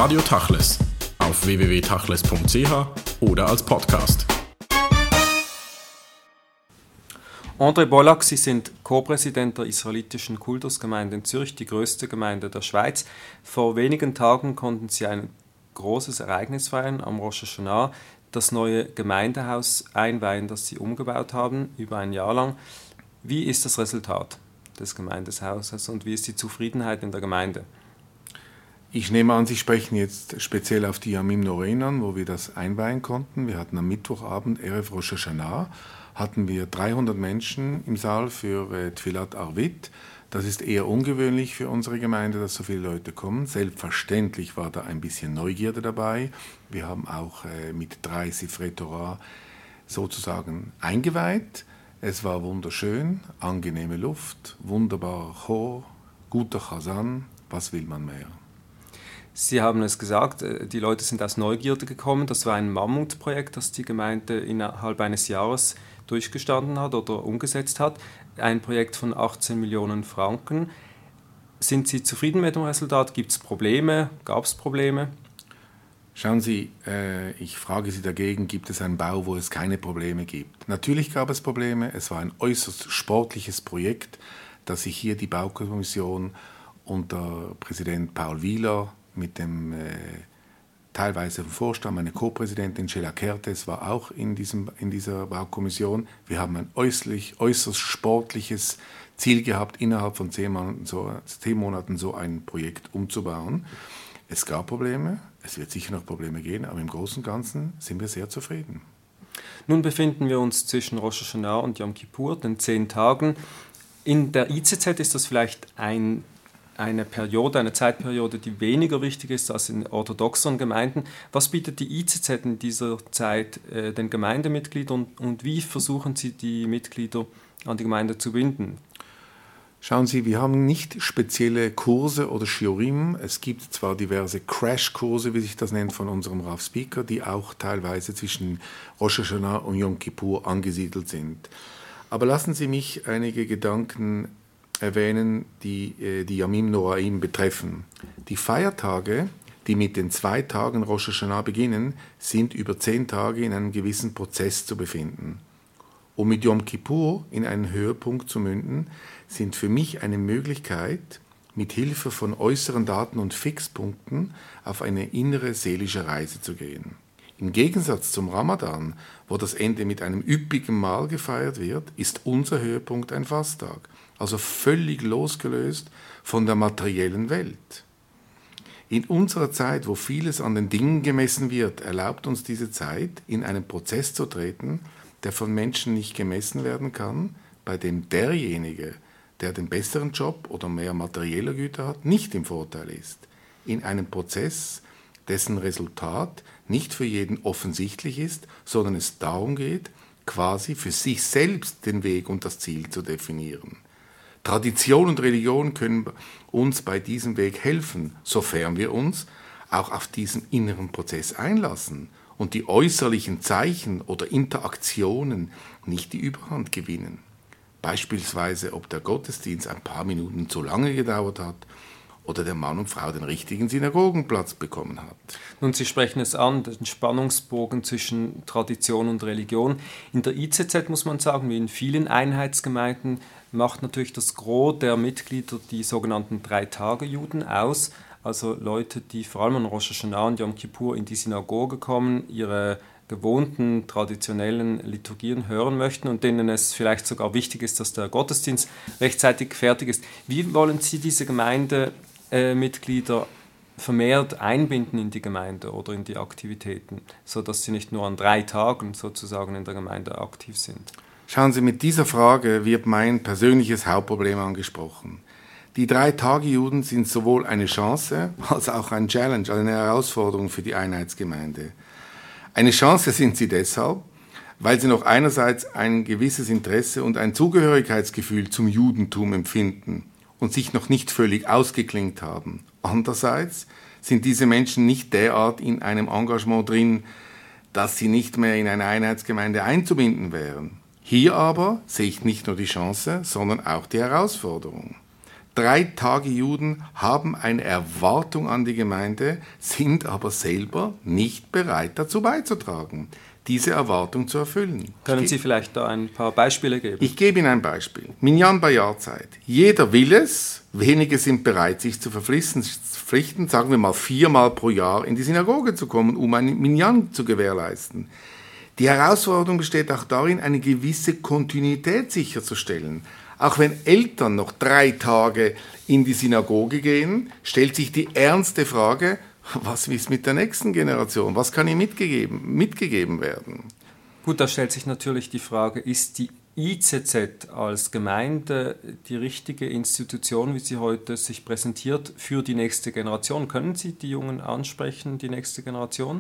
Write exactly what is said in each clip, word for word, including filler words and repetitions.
Radio Tachles auf w w w punkt tachles punkt c h oder als Podcast. André Bollack, Sie sind Co-Präsident der israelitischen Kultusgemeinde in Zürich, die größte Gemeinde der Schweiz. Vor wenigen Tagen konnten Sie ein großes Ereignis feiern, am Rosh Hashanah, das neue Gemeindehaus einweihen, das Sie umgebaut haben, über ein Jahr lang. Wie ist das Resultat des Gemeindehauses und wie ist die Zufriedenheit in der Gemeinde? Ich nehme an, Sie sprechen jetzt speziell auf die Yamim Noraim an, wo wir das einweihen konnten. Wir hatten am Mittwochabend, Erev Rosh Hashanah, hatten wir dreihundert Menschen im Saal für äh, Tfilat Arvit. Das ist eher ungewöhnlich für unsere Gemeinde, dass so viele Leute kommen. Selbstverständlich war da ein bisschen Neugierde dabei. Wir haben auch äh, mit drei Sifrei Torah sozusagen eingeweiht. Es war wunderschön, angenehme Luft, wunderbarer Chor, guter Chazan. Was will man mehr? Sie haben es gesagt, die Leute sind aus Neugierde gekommen. Das war ein Mammutprojekt, das die Gemeinde innerhalb eines Jahres durchgestanden hat oder umgesetzt hat. Ein Projekt von achtzehn Millionen Franken. Sind Sie zufrieden mit dem Resultat? Gibt es Probleme? Gab es Probleme? Schauen Sie, äh, ich frage Sie dagegen, gibt es einen Bau, wo es keine Probleme gibt? Natürlich gab es Probleme. Es war ein äußerst sportliches Projekt, das sich hier die Baukommission unter Präsident Paul Wieler mit dem äh, teilweise im Vorstand, meine Co-Präsidentin Sheila Kertes war auch in, diesem, in dieser Baukommission. Wir haben ein äußerlich, äußerst sportliches Ziel gehabt, innerhalb von zehn Monaten, so, zehn Monaten so ein Projekt umzubauen. Es gab Probleme, es wird sicher noch Probleme geben, aber im Großen und Ganzen sind wir sehr zufrieden. Nun befinden wir uns zwischen Rosh Hashanah und Yom Kippur, den zehn Tagen. In der I Z Z ist das vielleicht ein eine Periode, eine Zeitperiode, die weniger wichtig ist als in orthodoxen Gemeinden. Was bietet die I Z Z in dieser Zeit äh, den Gemeindemitgliedern und wie versuchen Sie, die Mitglieder an die Gemeinde zu binden? Schauen Sie, wir haben nicht spezielle Kurse oder Shiurim. Es gibt zwar diverse Crash-Kurse, wie sich das nennt, von unserem Rav Speaker, die auch teilweise zwischen Rosh Hashanah und Yom Kippur angesiedelt sind. Aber lassen Sie mich einige Gedanken erwähnen, die äh, die Yamim Noraim betreffen. Die Feiertage, die mit den zwei Tagen Rosh Hashanah beginnen, sind über zehn Tage in einem gewissen Prozess zu befinden. Um mit Yom Kippur in einen Höhepunkt zu münden, sind für mich eine Möglichkeit, mit Hilfe von äußeren Daten und Fixpunkten auf eine innere seelische Reise zu gehen. Im Gegensatz zum Ramadan, wo das Ende mit einem üppigen Mahl gefeiert wird, ist unser Höhepunkt ein Fasttag. Also völlig losgelöst von der materiellen Welt. In unserer Zeit, wo vieles an den Dingen gemessen wird, erlaubt uns diese Zeit, in einen Prozess zu treten, der von Menschen nicht gemessen werden kann, bei dem derjenige, der den besseren Job oder mehr materielle Güter hat, nicht im Vorteil ist. In einem Prozess, dessen Resultat nicht für jeden offensichtlich ist, sondern es darum geht, quasi für sich selbst den Weg und das Ziel zu definieren. Tradition und Religion können uns bei diesem Weg helfen, sofern wir uns auch auf diesen inneren Prozess einlassen und die äußerlichen Zeichen oder Interaktionen nicht die Überhand gewinnen. Beispielsweise, ob der Gottesdienst ein paar Minuten zu lange gedauert hat oder der Mann und Frau den richtigen Synagogenplatz bekommen hat. Nun, Sie sprechen es an, den Spannungsbogen zwischen Tradition und Religion. In der I Z Z muss man sagen, wie in vielen Einheitsgemeinden, macht natürlich das Gros der Mitglieder die sogenannten Drei-Tage-Juden aus, also Leute, die vor allem an Rosh Hashanah und Yom Kippur in die Synagoge kommen, ihre gewohnten, traditionellen Liturgien hören möchten und denen es vielleicht sogar wichtig ist, dass der Gottesdienst rechtzeitig fertig ist. Wie wollen Sie diese Gemeindemitglieder vermehrt einbinden in die Gemeinde oder in die Aktivitäten, sodass sie nicht nur an drei Tagen sozusagen in der Gemeinde aktiv sind? Schauen Sie, mit dieser Frage wird mein persönliches Hauptproblem angesprochen. Die Drei-Tage-Juden sind sowohl eine Chance als auch ein Challenge, eine Herausforderung für die Einheitsgemeinde. Eine Chance sind sie deshalb, weil sie noch einerseits ein gewisses Interesse und ein Zugehörigkeitsgefühl zum Judentum empfinden und sich noch nicht völlig ausgeklingt haben. Andererseits sind diese Menschen nicht derart in einem Engagement drin, dass sie nicht mehr in eine Einheitsgemeinde einzubinden wären. Hier aber sehe ich nicht nur die Chance, sondern auch die Herausforderung. Drei-Tage-Juden haben eine Erwartung an die Gemeinde, sind aber selber nicht bereit, dazu beizutragen, diese Erwartung zu erfüllen. Können Sie vielleicht da ein paar Beispiele geben? Ich gebe Ihnen ein Beispiel. Minyan bei Jahrzeit. Jeder will es, wenige sind bereit, sich zu verpflichten, sagen wir mal viermal pro Jahr in die Synagoge zu kommen, um ein Minyan zu gewährleisten. Die Herausforderung besteht auch darin, eine gewisse Kontinuität sicherzustellen. Auch wenn Eltern noch drei Tage in die Synagoge gehen, stellt sich die ernste Frage, was ist mit der nächsten Generation? Was kann ihr mitgegeben, mitgegeben werden? Gut, da stellt sich natürlich die Frage, ist die I Z Z als Gemeinde die richtige Institution, wie sie heute sich präsentiert, für die nächste Generation? Können Sie die Jungen ansprechen, die nächste Generation?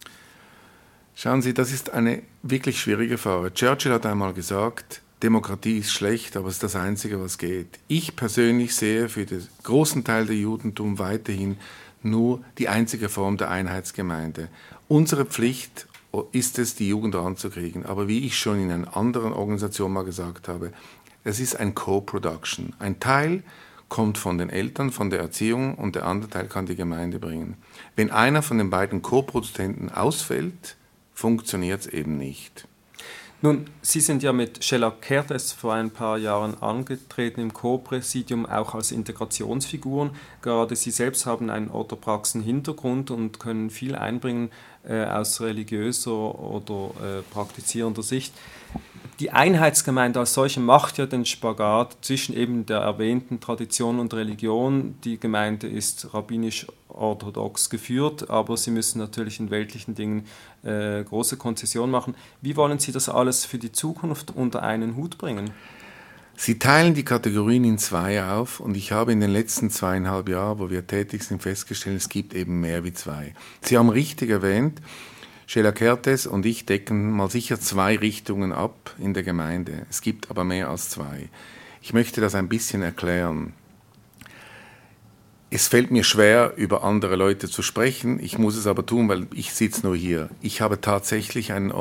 Schauen Sie, das ist eine wirklich schwierige Frage. Churchill hat einmal gesagt, Demokratie ist schlecht, aber es ist das Einzige, was geht. Ich persönlich sehe für den großen Teil der Judentum weiterhin nur die einzige Form der Einheitsgemeinde. Unsere Pflicht ist es, die Jugend ranzukriegen. Aber wie ich schon in einer anderen Organisation mal gesagt habe, es ist ein Co-Production. Ein Teil kommt von den Eltern, von der Erziehung und der andere Teil kann die Gemeinde bringen. Wenn einer von den beiden Co-Produzenten ausfällt, funktioniert es eben nicht. Nun, Sie sind ja mit Sheila Kertész vor ein paar Jahren angetreten im Co-Präsidium, auch als Integrationsfiguren. Gerade Sie selbst haben einen Orthopraxen-Hintergrund und können viel einbringen äh, aus religiöser oder äh, praktizierender Sicht. Die Einheitsgemeinde als solche macht ja den Spagat zwischen eben der erwähnten Tradition und Religion. Die Gemeinde ist rabbinisch-orthodox geführt, aber sie müssen natürlich in weltlichen Dingen äh, große Konzessionen machen. Wie wollen Sie das alles für die Zukunft unter einen Hut bringen? Sie teilen die Kategorien in zwei auf und ich habe in den letzten zweieinhalb Jahren, wo wir tätig sind, festgestellt, es gibt eben mehr wie zwei. Sie haben richtig erwähnt, Sheila Kertész und ich decken mal sicher zwei Richtungen ab in der Gemeinde. Es gibt aber mehr als zwei. Ich möchte das ein bisschen erklären. Es fällt mir schwer, über andere Leute zu sprechen. Ich muss es aber tun, weil ich sitze nur hier. Ich habe tatsächlich einen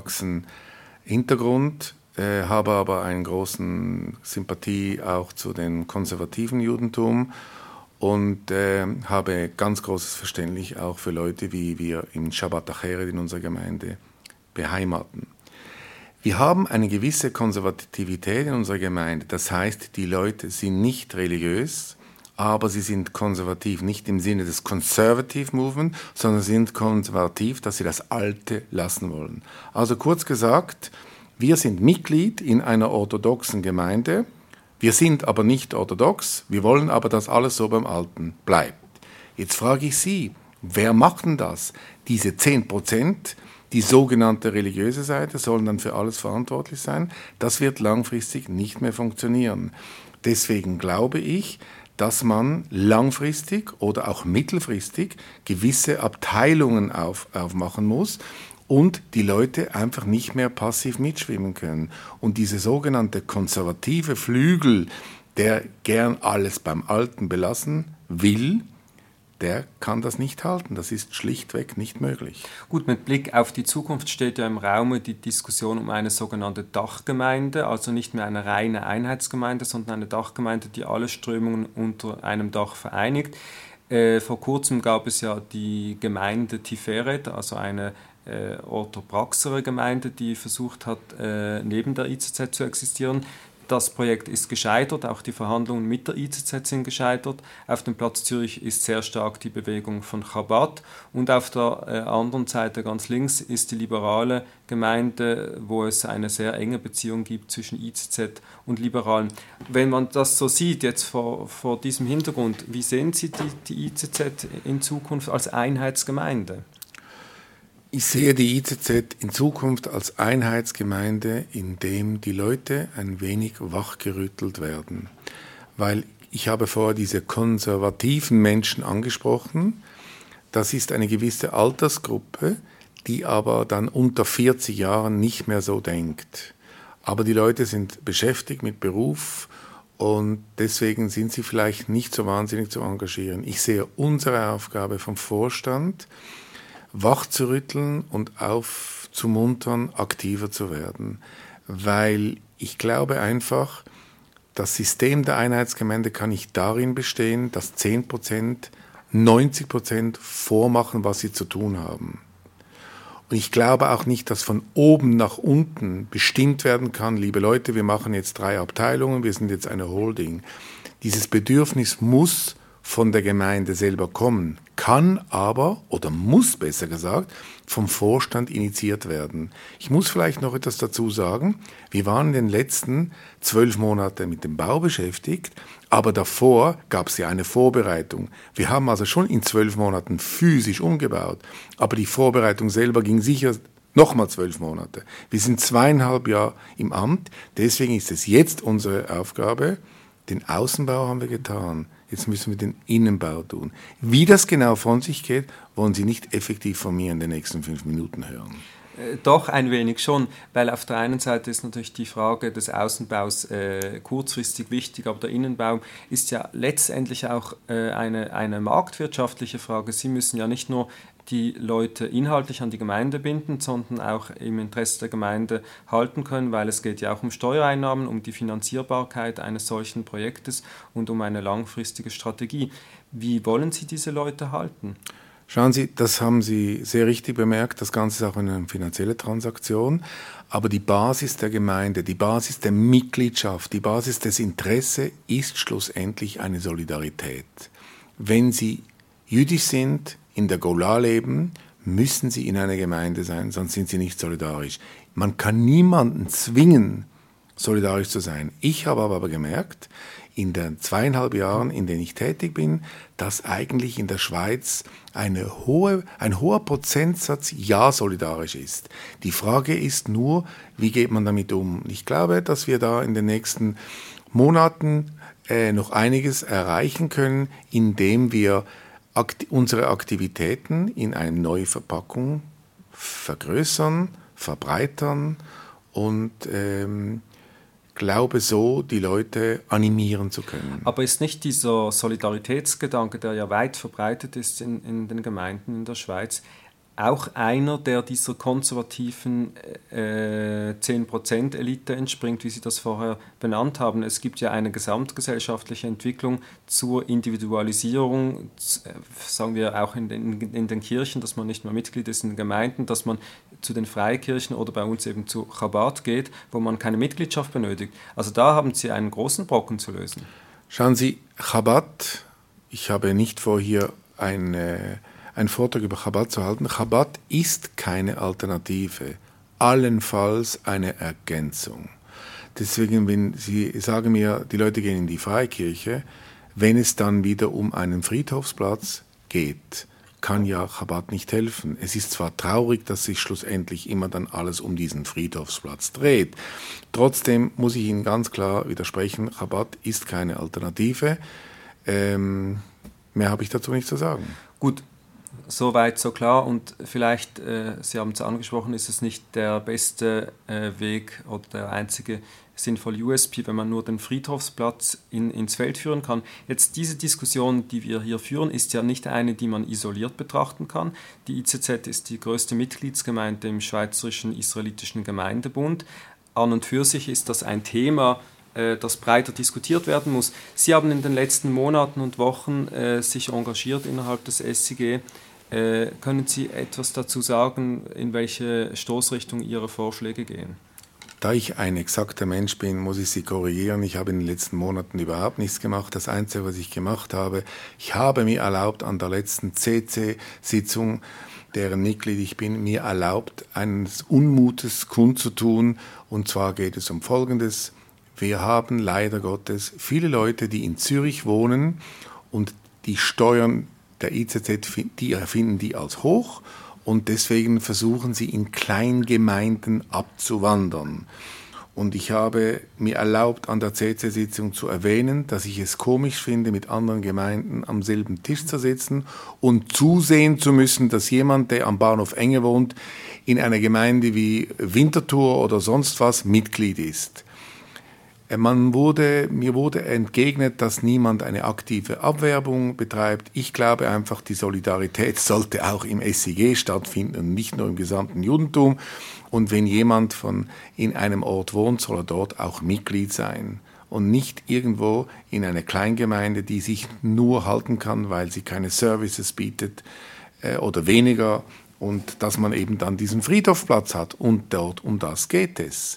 Orthopraxen-Hintergrund, äh, habe aber eine große Sympathie auch zu dem konservativen Judentum und äh, habe ganz großes Verständnis auch für Leute, wie wir im Shabbat Acheret in unserer Gemeinde beheimaten. Wir haben eine gewisse Konservativität in unserer Gemeinde. Das heißt, die Leute sind nicht religiös, aber sie sind konservativ, nicht im Sinne des Conservative Movement, sondern sind konservativ, dass sie das Alte lassen wollen. Also kurz gesagt, wir sind Mitglied in einer orthodoxen Gemeinde. Wir sind aber nicht orthodox, wir wollen aber, dass alles so beim Alten bleibt. Jetzt frage ich Sie, wer macht denn das? Diese zehn Prozent, die sogenannte religiöse Seite, sollen dann für alles verantwortlich sein? Das wird langfristig nicht mehr funktionieren. Deswegen glaube ich, dass man langfristig oder auch mittelfristig gewisse Abteilungen auf, aufmachen muss, und die Leute einfach nicht mehr passiv mitschwimmen können. Und diese sogenannte konservative Flügel, der gern alles beim Alten belassen will, der kann das nicht halten. Das ist schlichtweg nicht möglich. Gut, mit Blick auf die Zukunft steht ja im Raume die Diskussion um eine sogenannte Dachgemeinde, also nicht mehr eine reine Einheitsgemeinde, sondern eine Dachgemeinde, die alle Strömungen unter einem Dach vereinigt. Äh, vor kurzem gab es ja die Gemeinde Tiferet, also eine äh, orthopraxere Gemeinde, die versucht hat, äh, neben der I Z Z zu existieren. Das Projekt ist gescheitert, auch die Verhandlungen mit der I Z Z sind gescheitert. Auf dem Platz Zürich ist sehr stark die Bewegung von Chabad und auf der äh, anderen Seite ganz links ist die liberale Gemeinde, wo es eine sehr enge Beziehung gibt zwischen I Z Z und Liberalen. Wenn man das so sieht, jetzt vor, vor diesem Hintergrund, wie sehen Sie die, die I Z Z in Zukunft als Einheitsgemeinde? Ich sehe die I Z Z in Zukunft als Einheitsgemeinde, in dem die Leute ein wenig wachgerüttelt werden. Weil ich habe vorher diese konservativen Menschen angesprochen. Das ist eine gewisse Altersgruppe, die aber dann unter vierzig Jahren nicht mehr so denkt. Aber die Leute sind beschäftigt mit Beruf und deswegen sind sie vielleicht nicht so wahnsinnig zu engagieren. Ich sehe unsere Aufgabe vom Vorstand, wach zu rütteln und aufzumuntern, aktiver zu werden. Weil ich glaube einfach, das System der Einheitsgemeinde kann nicht darin bestehen, dass zehn Prozent, neunzig Prozent vormachen, was sie zu tun haben. Und ich glaube auch nicht, dass von oben nach unten bestimmt werden kann, liebe Leute, wir machen jetzt drei Abteilungen, wir sind jetzt eine Holding. Dieses Bedürfnis muss von der Gemeinde selber kommen, kann aber, oder muss besser gesagt, vom Vorstand initiiert werden. Ich muss vielleicht noch etwas dazu sagen. Wir waren in den letzten zwölf Monaten mit dem Bau beschäftigt, aber davor gab es ja eine Vorbereitung. Wir haben also schon in zwölf Monaten physisch umgebaut, aber die Vorbereitung selber ging sicher nochmal zwölf Monate. Wir sind zweieinhalb Jahre im Amt, deswegen ist es jetzt unsere Aufgabe. Den Außenbau haben wir getan. Jetzt müssen wir den Innenbau tun. Wie das genau von sich geht, wollen Sie nicht effektiv von mir in den nächsten fünf Minuten hören. Äh, doch, ein wenig schon, weil auf der einen Seite ist natürlich die Frage des Außenbaus äh, kurzfristig wichtig, aber der Innenbau ist ja letztendlich auch äh, eine, eine marktwirtschaftliche Frage. Sie müssen ja nicht nur die Leute inhaltlich an die Gemeinde binden, sondern auch im Interesse der Gemeinde halten können, weil es geht ja auch um Steuereinnahmen, um die Finanzierbarkeit eines solchen Projektes und um eine langfristige Strategie. Wie wollen Sie diese Leute halten? Schauen Sie, das haben Sie sehr richtig bemerkt, das Ganze ist auch eine finanzielle Transaktion, aber die Basis der Gemeinde, die Basis der Mitgliedschaft, die Basis des Interesses ist schlussendlich eine Solidarität. Wenn Sie jüdisch sind, in der Gola leben, müssen sie in einer Gemeinde sein, sonst sind sie nicht solidarisch. Man kann niemanden zwingen, solidarisch zu sein. Ich habe aber gemerkt, in den zweieinhalb Jahren, in denen ich tätig bin, dass eigentlich in der Schweiz eine hohe, ein hoher Prozentsatz ja solidarisch ist. Die Frage ist nur, wie geht man damit um? Ich glaube, dass wir da in den nächsten Monaten äh, noch einiges erreichen können, indem wir unsere Aktivitäten in eine neue Verpackung vergrößern, verbreitern und ähm, glaube so, die Leute animieren zu können. Aber ist nicht dieser Solidaritätsgedanke, der ja weit verbreitet ist in, in den Gemeinden in der Schweiz, auch einer, der dieser konservativen äh, zehn Prozent Elite entspringt, wie Sie das vorher benannt haben? Es gibt ja eine gesamtgesellschaftliche Entwicklung zur Individualisierung, äh, sagen wir auch in den, in den Kirchen, dass man nicht mehr Mitglied ist in den Gemeinden, dass man zu den Freikirchen oder bei uns eben zu Chabad geht, wo man keine Mitgliedschaft benötigt. Also da haben Sie einen großen Brocken zu lösen. Schauen Sie, Chabad, ich habe nicht vor, hier eine... einen Vortrag über Chabad zu halten. Chabad ist keine Alternative, allenfalls eine Ergänzung. Deswegen, wenn Sie sagen mir, die Leute gehen in die Freikirche, wenn es dann wieder um einen Friedhofsplatz geht, kann ja Chabad nicht helfen. Es ist zwar traurig, dass sich schlussendlich immer dann alles um diesen Friedhofsplatz dreht. Trotzdem muss ich Ihnen ganz klar widersprechen, Chabad ist keine Alternative. Ähm, mehr habe ich dazu nicht zu sagen. Gut. So weit, so klar. Und vielleicht, äh, Sie haben es angesprochen, ist es nicht der beste äh, Weg oder der einzige sinnvolle U S P, wenn man nur den Friedhofsplatz in, ins Feld führen kann. Jetzt diese Diskussion, die wir hier führen, ist ja nicht eine, die man isoliert betrachten kann. Die I Z Z ist die größte Mitgliedsgemeinde im Schweizerischen Israelitischen Gemeindebund. An und für sich ist das ein Thema, das breiter diskutiert werden muss. Sie haben in den letzten Monaten und Wochen äh, sich engagiert innerhalb des S I G. Äh, können Sie etwas dazu sagen, in welche Stoßrichtung Ihre Vorschläge gehen? Da ich ein exakter Mensch bin, muss ich Sie korrigieren. Ich habe in den letzten Monaten überhaupt nichts gemacht. Das Einzige, was ich gemacht habe, ich habe mir erlaubt, an der letzten C C-Sitzung, deren Mitglied ich bin, mir erlaubt, eines Unmutes kundzutun. Und zwar geht es um Folgendes. Wir haben leider Gottes viele Leute, die in Zürich wohnen und die Steuern der I Z Z, die erfinden die als hoch und deswegen versuchen sie in Kleingemeinden abzuwandern. Und ich habe mir erlaubt, an der C C-Sitzung zu erwähnen, dass ich es komisch finde, mit anderen Gemeinden am selben Tisch zu sitzen und zusehen zu müssen, dass jemand, der am Bahnhof Enge wohnt, in einer Gemeinde wie Winterthur oder sonst was Mitglied ist. Man wurde, mir wurde entgegnet, dass niemand eine aktive Abwerbung betreibt. Ich glaube einfach, die Solidarität sollte auch im S I G stattfinden und nicht nur im gesamten Judentum. Und wenn jemand von in einem Ort wohnt, soll er dort auch Mitglied sein. und nicht irgendwo in eine Kleingemeinde, die sich nur halten kann, weil sie keine Services bietet äh, oder weniger, und dass man eben dann diesen Friedhofplatz hat, und dort um das geht es.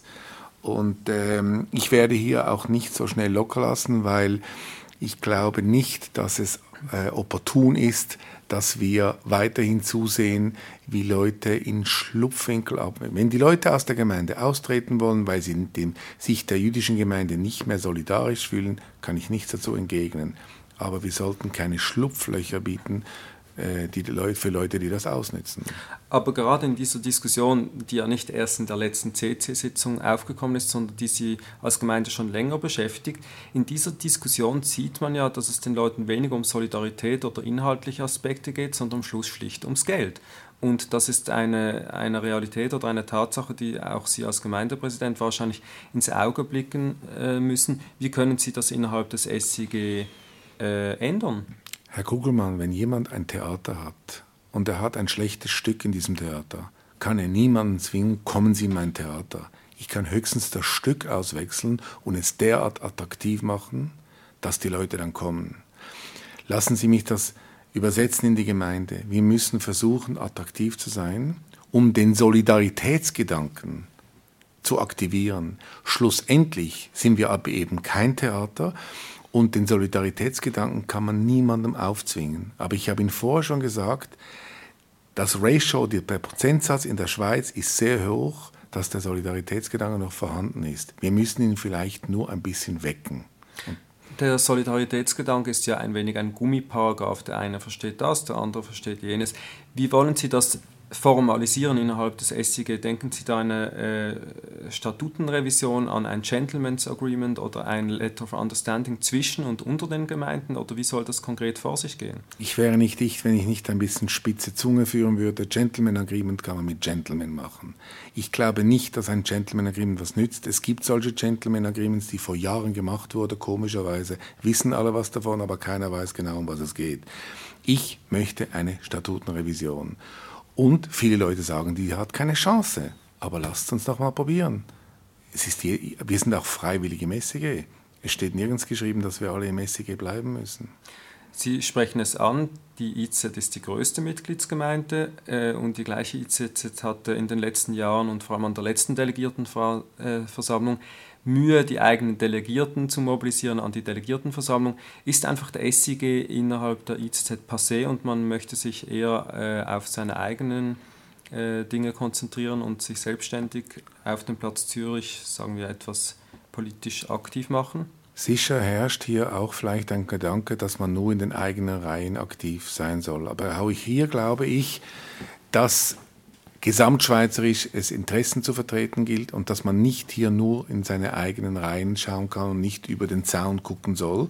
Und ähm, ich werde hier auch nicht so schnell locker lassen, weil ich glaube nicht, dass es äh, opportun ist, dass wir weiterhin zusehen, wie Leute in Schlupfwinkel abnehmen. Wenn die Leute aus der Gemeinde austreten wollen, weil sie dem, sich der jüdischen Gemeinde nicht mehr solidarisch fühlen, kann ich nichts dazu entgegnen. Aber wir sollten keine Schlupflöcher bieten, Die Leute, für Leute, die das ausnutzen. Aber gerade in dieser Diskussion, die ja nicht erst in der letzten C C-Sitzung aufgekommen ist, sondern die Sie als Gemeinde schon länger beschäftigt, in dieser Diskussion sieht man ja, dass es den Leuten weniger um Solidarität oder inhaltliche Aspekte geht, sondern am Schluss schlicht ums Geld. Und das ist eine, eine Realität oder eine Tatsache, die auch Sie als Gemeindepräsident wahrscheinlich ins Auge blicken äh, müssen. Wie können Sie das innerhalb des S I G äh, ändern? Herr Kugelmann, wenn jemand ein Theater hat und er hat ein schlechtes Stück in diesem Theater, kann er niemanden zwingen, kommen Sie in mein Theater. Ich kann höchstens das Stück auswechseln und es derart attraktiv machen, dass die Leute dann kommen. Lassen Sie mich das übersetzen in die Gemeinde. Wir müssen versuchen, attraktiv zu sein, um den Solidaritätsgedanken zu aktivieren. Schlussendlich sind wir aber eben kein Theater, und den Solidaritätsgedanken kann man niemandem aufzwingen. Aber ich habe Ihnen vorher schon gesagt, das Ratio, der Prozentsatz in der Schweiz ist sehr hoch, dass der Solidaritätsgedanke noch vorhanden ist. Wir müssen ihn vielleicht nur ein bisschen wecken. Der Solidaritätsgedanke ist ja ein wenig ein Gummiparagraph. Der eine versteht das, der andere versteht jenes. Wie wollen Sie das formalisieren innerhalb des S I G? Denken Sie da eine äh, Statutenrevision an, ein Gentleman's Agreement oder ein Letter of Understanding zwischen und unter den Gemeinden, oder wie soll das konkret vor sich gehen? Ich wäre nicht dicht, wenn ich nicht ein bisschen spitze Zunge führen würde. Gentleman Agreement kann man mit Gentleman machen. Ich glaube nicht, dass ein Gentleman Agreement was nützt. Es gibt solche Gentleman Agreements, die vor Jahren gemacht wurden, komischerweise wissen alle was davon, aber keiner weiß genau, um was es geht. Ich möchte eine Statutenrevision. Und viele Leute sagen, die hat keine Chance. Aber lasst uns doch mal probieren. Es ist die, wir sind auch freiwillig im S I G. Es steht nirgends geschrieben, dass wir alle im S I G bleiben müssen. Sie sprechen es an, die I Z ist die größte Mitgliedsgemeinde äh, und die gleiche I Z Z hatte in den letzten Jahren und vor allem an der letzten Delegiertenversammlung Mühe, die eigenen Delegierten zu mobilisieren an die Delegiertenversammlung. Ist einfach der S I G innerhalb der I Z Z passé und man möchte sich eher äh, auf seine eigenen äh, Dinge konzentrieren und sich selbstständig auf dem Platz Zürich, sagen wir, etwas politisch aktiv machen? Sicher herrscht hier auch vielleicht ein Gedanke, dass man nur in den eigenen Reihen aktiv sein soll. Aber auch hier glaube ich, dass gesamtschweizerisch es Interessen zu vertreten gilt und dass man nicht hier nur in seine eigenen Reihen schauen kann und nicht über den Zaun gucken soll.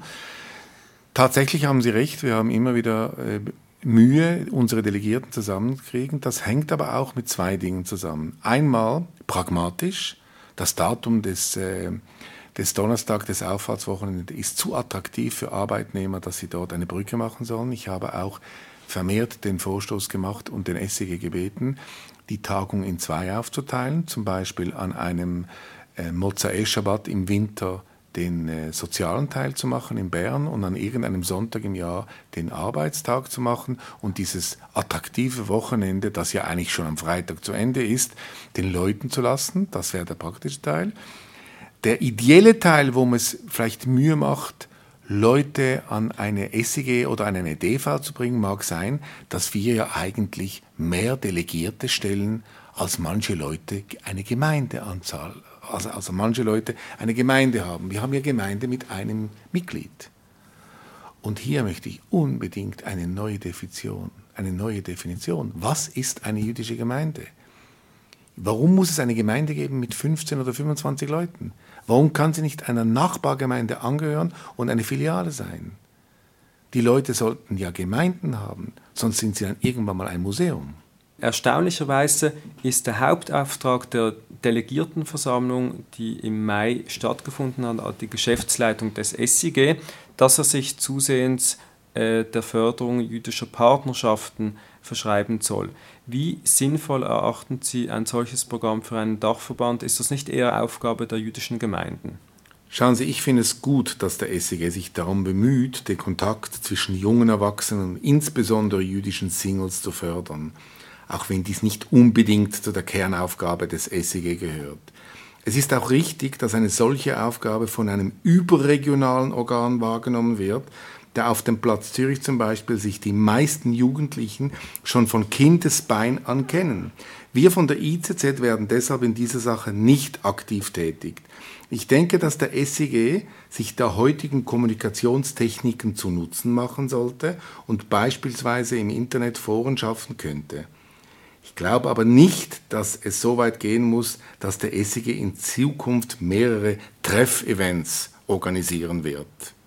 Tatsächlich haben Sie recht, wir haben immer wieder äh, Mühe, unsere Delegierten zusammenzukriegen. Das hängt aber auch mit zwei Dingen zusammen. Einmal pragmatisch, das Datum des äh, des Donnerstag des Auffahrtswochenendes ist zu attraktiv für Arbeitnehmer, dass sie dort eine Brücke machen sollen. Ich habe auch vermehrt den Vorstoß gemacht und den S I G gebeten, die Tagung in zwei aufzuteilen, zum Beispiel an einem äh, Mozae-Schabbat im Winter den äh, sozialen Teil zu machen in Bern und an irgendeinem Sonntag im Jahr den Arbeitstag zu machen und dieses attraktive Wochenende, das ja eigentlich schon am Freitag zu Ende ist, den Leuten zu lassen. Das wäre der praktische Teil. Der ideelle Teil, wo man es vielleicht Mühe macht, Leute an eine S I G oder an eine D V zu bringen, mag sein, dass wir ja eigentlich mehr Delegierte stellen, als manche Leute eine Gemeindeanzahl, also, also manche Leute eine Gemeinde haben. Wir haben ja Gemeinde mit einem Mitglied. Und hier möchte ich unbedingt eine neue Definition, eine neue Definition. Was ist eine jüdische Gemeinde? Warum muss es eine Gemeinde geben mit fünfzehn oder fünfundzwanzig Leuten? Warum kann sie nicht einer Nachbargemeinde angehören und eine Filiale sein? Die Leute sollten ja Gemeinden haben, sonst sind sie dann irgendwann mal ein Museum. Erstaunlicherweise ist der Hauptauftrag der Delegiertenversammlung, die im Mai stattgefunden hat, die Geschäftsleitung des S I G, dass er sich zusehends äh, der Förderung jüdischer Partnerschaften verschreiben soll. Wie sinnvoll erachten Sie ein solches Programm für einen Dachverband? Ist das nicht eher Aufgabe der jüdischen Gemeinden? Schauen Sie, ich finde es gut, dass der S E G sich darum bemüht, den Kontakt zwischen jungen Erwachsenen und insbesondere jüdischen Singles zu fördern, auch wenn dies nicht unbedingt zu der Kernaufgabe des S E G gehört. Es ist auch richtig, dass eine solche Aufgabe von einem überregionalen Organ wahrgenommen wird, da auf dem Platz Zürich zum Beispiel sich die meisten Jugendlichen schon von Kindesbein an kennen. Wir von der I Z Z werden deshalb in dieser Sache nicht aktiv tätig. Ich denke, dass der S E G sich der heutigen Kommunikationstechniken zu Nutzen machen sollte und beispielsweise im Internet Foren schaffen könnte. Ich glaube aber nicht, dass es so weit gehen muss, dass der S E G in Zukunft mehrere Treffevents organisieren wird.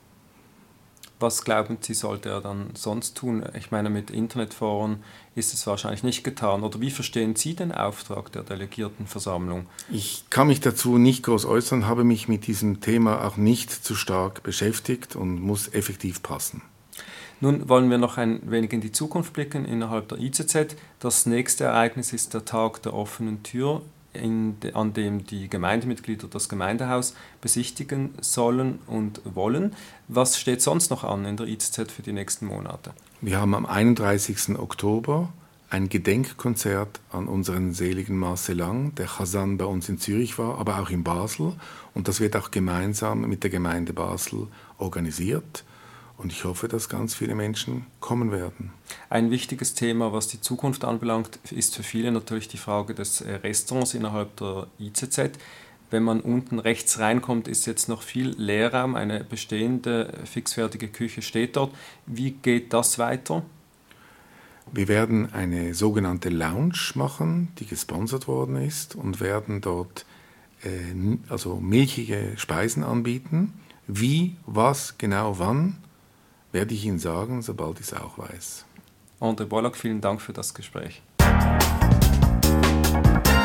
Was glauben Sie, sollte er dann sonst tun? Ich meine, mit Internetforen ist es wahrscheinlich nicht getan. Oder wie verstehen Sie den Auftrag der Delegiertenversammlung? Ich kann mich dazu nicht groß äußern, habe mich mit diesem Thema auch nicht zu stark beschäftigt und muss effektiv passen. Nun wollen wir noch ein wenig in die Zukunft blicken innerhalb der I Z Z. Das nächste Ereignis ist der Tag der offenen Tür, in de, an dem die Gemeindemitglieder das Gemeindehaus besichtigen sollen und wollen. Was steht sonst noch an in der I Z Z für die nächsten Monate? Wir haben am einunddreißigsten Oktober ein Gedenkkonzert an unseren seligen Marcel Lang, der Chazan bei uns in Zürich war, aber auch in Basel. Und das wird auch gemeinsam mit der Gemeinde Basel organisiert. Und ich hoffe, dass ganz viele Menschen kommen werden. Ein wichtiges Thema, was die Zukunft anbelangt, ist für viele natürlich die Frage des Restaurants innerhalb der I Z Z. Wenn man unten rechts reinkommt, ist jetzt noch viel Leerraum. Eine bestehende, fixfertige Küche steht dort. Wie geht das weiter? Wir werden eine sogenannte Lounge machen, die gesponsert worden ist, und werden dort äh, also milchige Speisen anbieten. Wie, was, genau wann, werde ich Ihnen sagen, sobald ich es auch weiß. André Borlaug, vielen Dank für das Gespräch.